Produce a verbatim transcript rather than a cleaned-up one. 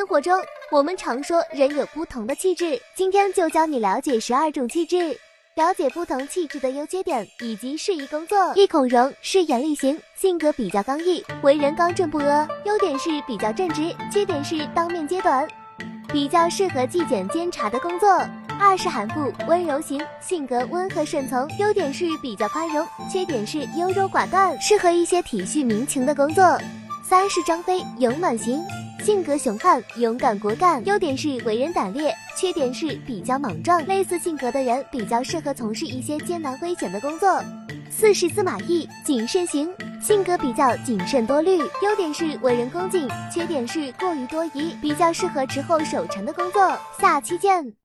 生活中，我们常说人有不同的气质，今天就教你了解十二种气质，了解不同气质的优缺点以及适宜工作。一孔融是眼力型，性格比较刚毅，为人刚正不阿，优点是比较正直，缺点是当面揭短，比较适合纪检监察的工作。二是韩复，温柔型，性格温和顺从，优点是比较宽容，缺点是优柔寡断，适合一些体恤民情的工作。三是张飞，勇猛型，性格雄悍，勇敢果敢，优点是为人胆烈，缺点是比较莽撞，类似性格的人比较适合从事一些艰难危险的工作。四是司马懿，谨慎型，性格比较谨慎多虑，优点是为人恭敬，缺点是过于多疑，比较适合持后守城的工作。下期见。